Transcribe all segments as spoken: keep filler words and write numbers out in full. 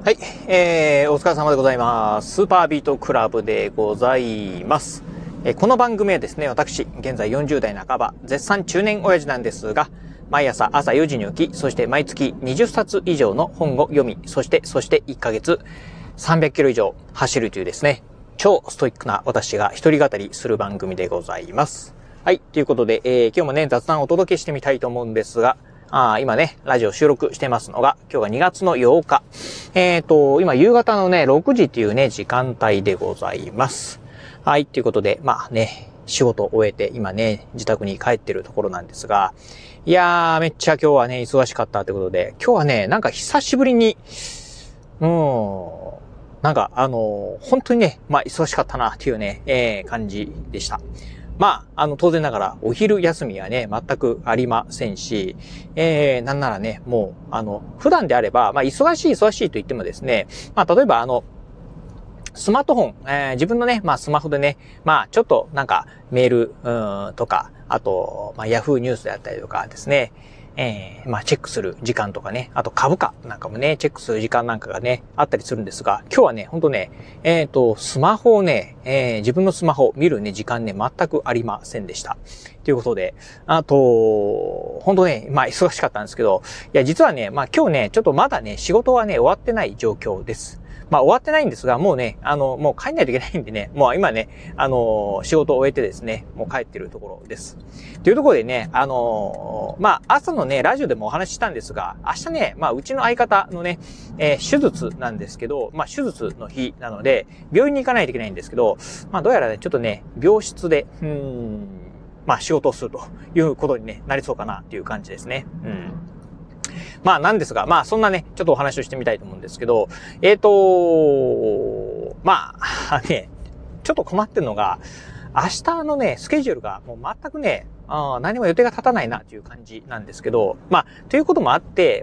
はい、えー、お疲れ様でございます。スーパービートクラブでございます。えー、この番組はですね、私、現在よんじゅう代半ば、絶賛中年親父なんですが、毎朝朝よじに起き、そして毎月にじゅっさつ以上の本を読み、そして、そしていっかげつさんびゃくキロ以上走るというですね、超ストイックな私が一人語りする番組でございます。はい、ということで、えー、今日もね、雑談をお届けしてみたいと思うんですが、あ今ね、ラジオ収録してますのが、今日がにがつのようか。えっと、今夕方のね、ろくじっていうね、時間帯でございます。はい、ということで、まあね、仕事を終えて、今ね、自宅に帰ってるところなんですが、いやー、めっちゃ今日はね、忙しかったってことで、今日はね、なんか久しぶりに、うーん、なんかあの、本当にね、まあ忙しかったなっていうね、えー、感じでした。まあ、あの、当然ながら、お昼休みはね、全くありませんし、えー、なんならね、もう、あの、普段であれば、まあ、忙しい忙しいと言ってもですね、まあ、例えばあの、スマートフォン、えー、自分のね、まあ、スマホでね、まあ、ちょっとなんか、メール、うーん、とか、あと、まあ、ヤフーニュースであったりとかですね、えー、まあ、チェックする時間とかね、あと株価なんかもね、チェックする時間なんかがね、あったりするんですが、今日はね、ほんとね、えっと、スマホをね、えー、自分のスマホ見るね、時間ね、全くありませんでした。ということで、あと、ほんとね、まあ、忙しかったんですけど、いや、実はね、まあ、今日ね、ちょっとまだね、仕事はね、終わってない状況です。まあ終わってないんですが、もうね、あの、もう帰んないといけないんでね、もう今ね、あの、仕事を終えてですね、もう帰ってるところです。というところでね、あの、まあ朝のね、ラジオでもお話ししたんですが、明日ね、まあうちの相方のね、えー、手術なんですけど、まあ手術の日なので、病院に行かないといけないんですけど、まあどうやらね、ちょっとね、病室で、うーん、まあ仕事をするということに、ね、なりそうかなっていう感じですね。うん。まあなんですが、まあそんなね、ちょっとお話をしてみたいと思うんですけど、えっと、まあ、ね、ちょっと困ってるのが、明日のね、スケジュールがもう全くね、あ何も予定が立たないなという感じなんですけど、まあ、ということもあって、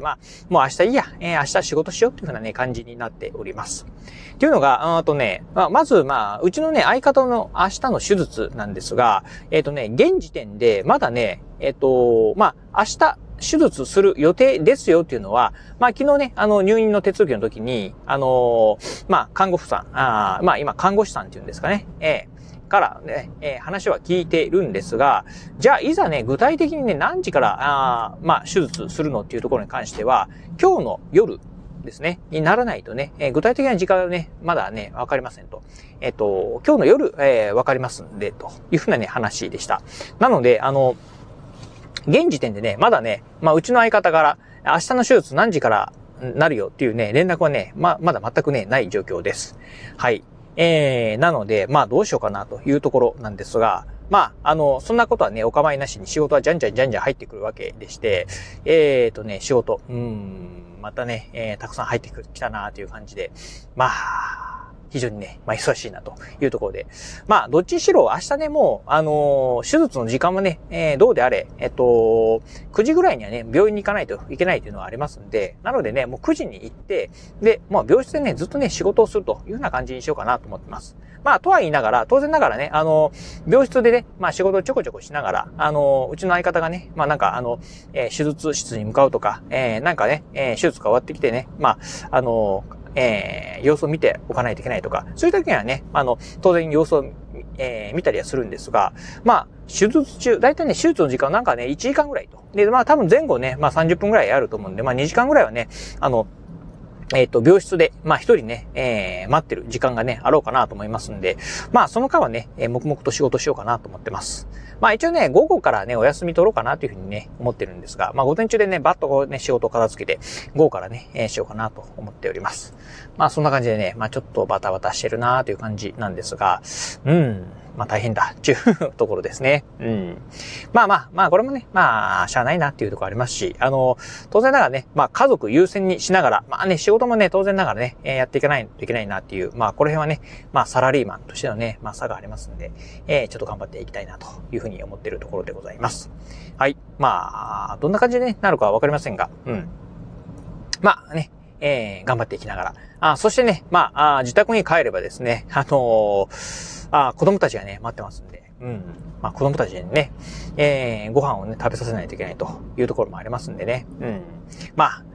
まあ、もう明日いいや、えー、明日仕事しようっていうふうなね、感じになっております。っていうのが、あとね、まあ、まず、まあ、うちのね、相方の明日の手術なんですが、えっとね、現時点で、まだね、えっと、まあ、明日、手術する予定ですよっていうのは、まあ昨日ね、あの入院の手続きの時に、あのー、まあ看護婦さん、あまあ今看護師さんっていうんですかね、えー、からね、えー、話は聞いてるんですが、じゃあいざね、具体的にね、何時から、あまあ手術するのっていうところに関しては、今日の夜、ですね、にならないとね、えー、具体的な時間はね、まだね、わかりませんと。えっと、今日の夜、えー、わかりますんで、というふうなね、話でした。なので、あの、現時点でね、まだね、まあ、うちの相方から、明日の手術何時からなるよっていうね、連絡はね、ま、まだ全くね、ない状況です。はい。えー、なので、まあ、どうしようかなというところなんですが、まあ、あの、そんなことはね、お構いなしに仕事はじゃんじゃんじゃんじゃん入ってくるわけでして、えーとね、仕事、うーん、またね、えー、たくさん入ってきたなという感じで、まあ、非常にね、まあ忙しいなというところで。まあ、どっちにしろ明日ね、もう、あのー、手術の時間はね、えー、どうであれ、えっと、くじぐらいにはね、病院に行かないといけないというのはありますんで、なのでね、もうくじに行って、で、まあ病室でね、ずっとね、仕事をするというような感じにしようかなと思ってます。まあ、とは言いながら、当然ながらね、あの、病室でね、まあ仕事をちょこちょこしながら、あの、うちの相方がね、まあなんかあの、えー、手術室に向かうとか、えー、なんかね、えー、手術が終わってきてね、まあ、あの、えー、様子を見ておかないといけないとか、そういう時にはね、あの、当然様子を、えー、見たりはするんですが、まあ、手術中、だいたいね、手術の時間なんかね、いちじかんぐらいと。で、まあ多分前後ね、まあさんじゅっぷんぐらいあると思うんで、まあにじかんぐらいはね、あの、えっと、病室で、まあ一人ね、えー、待ってる時間がね、あろうかなと思いますんで、まあその間はね、えー、黙々と仕事しようかなと思ってます。まあ一応ね、午後からね、お休み取ろうかなというふうにね、思ってるんですが、まあ午前中でね、バッとこうね、仕事を片付けて、午後からね、えー、しようかなと思っております。まあそんな感じでね、まあちょっとバタバタしてるなという感じなんですが、うん、まあ大変だ、っていうところですね。うん。まあまあ、まあこれもね、まあ、しゃあないなっていうところありますし、あの、当然ながらね、まあ家族優先にしながら、まあね、仕事もね、当然ながらね、えー、やっていかないといけないなっていう、まあこの辺はね、まあサラリーマンとしてのね、まあ差がありますんで、えー、ちょっと頑張っていきたいなというふうに思っているところでございます。はい。まあ、どんな感じで、ね、なるかはわかりませんが、うん。まあね、えー、頑張っていきながら。あ、そしてね、まあ、あ自宅に帰ればですね、あのー、あ子供たちがね、待ってますんで、うん。まあ、子供たちにね、えー、ご飯をね、食べさせないといけないというところもありますんでね、うん。まあ、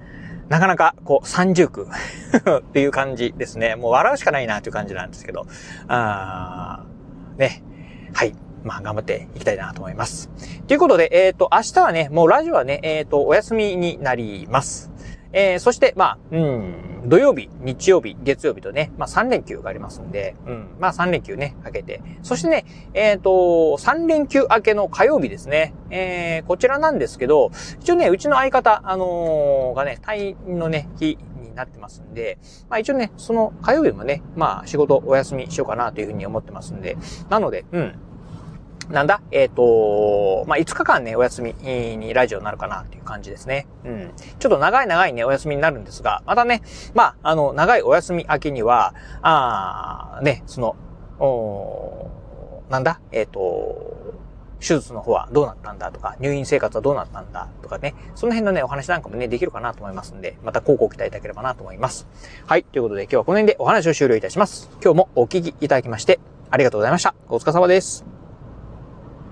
なかなか、こう、三重苦っていう感じですね。もう笑うしかないなという感じなんですけど。あー、ね。はい。まあ、頑張っていきたいなと思います。ということで、えっと、明日はね、もうラジオはね、えっと、お休みになります。えー、そして、まあ、うん、土曜日、日曜日、月曜日とね、まあさん連休がありますんで、うん、まあさん連休ね、明けて。そしてね、えっと、さん連休明けの火曜日ですね。えー、こちらなんですけど、一応ね、うちの相方、あのー、がね、退院のね、日になってますんで、まあ一応ね、その火曜日もね、まあ仕事お休みしようかなというふうに思ってますんで、なので、うん。なんだえっと、まあ、いつかかんね、お休みにラジオになるかなっていう感じですね。うん。ちょっと長い長いね、お休みになるんですが、またね、まあ、あの、長いお休み明けには、あー、ね、その、おー、なんだえっと、手術の方はどうなったんだとか、入院生活はどうなったんだとかね、その辺のね、お話なんかもね、できるかなと思いますんで、またごご期待いただければなと思います。はい。ということで今日はこの辺でお話を終了いたします。今日もお聞きいただきまして、ありがとうございました。お疲れ様です。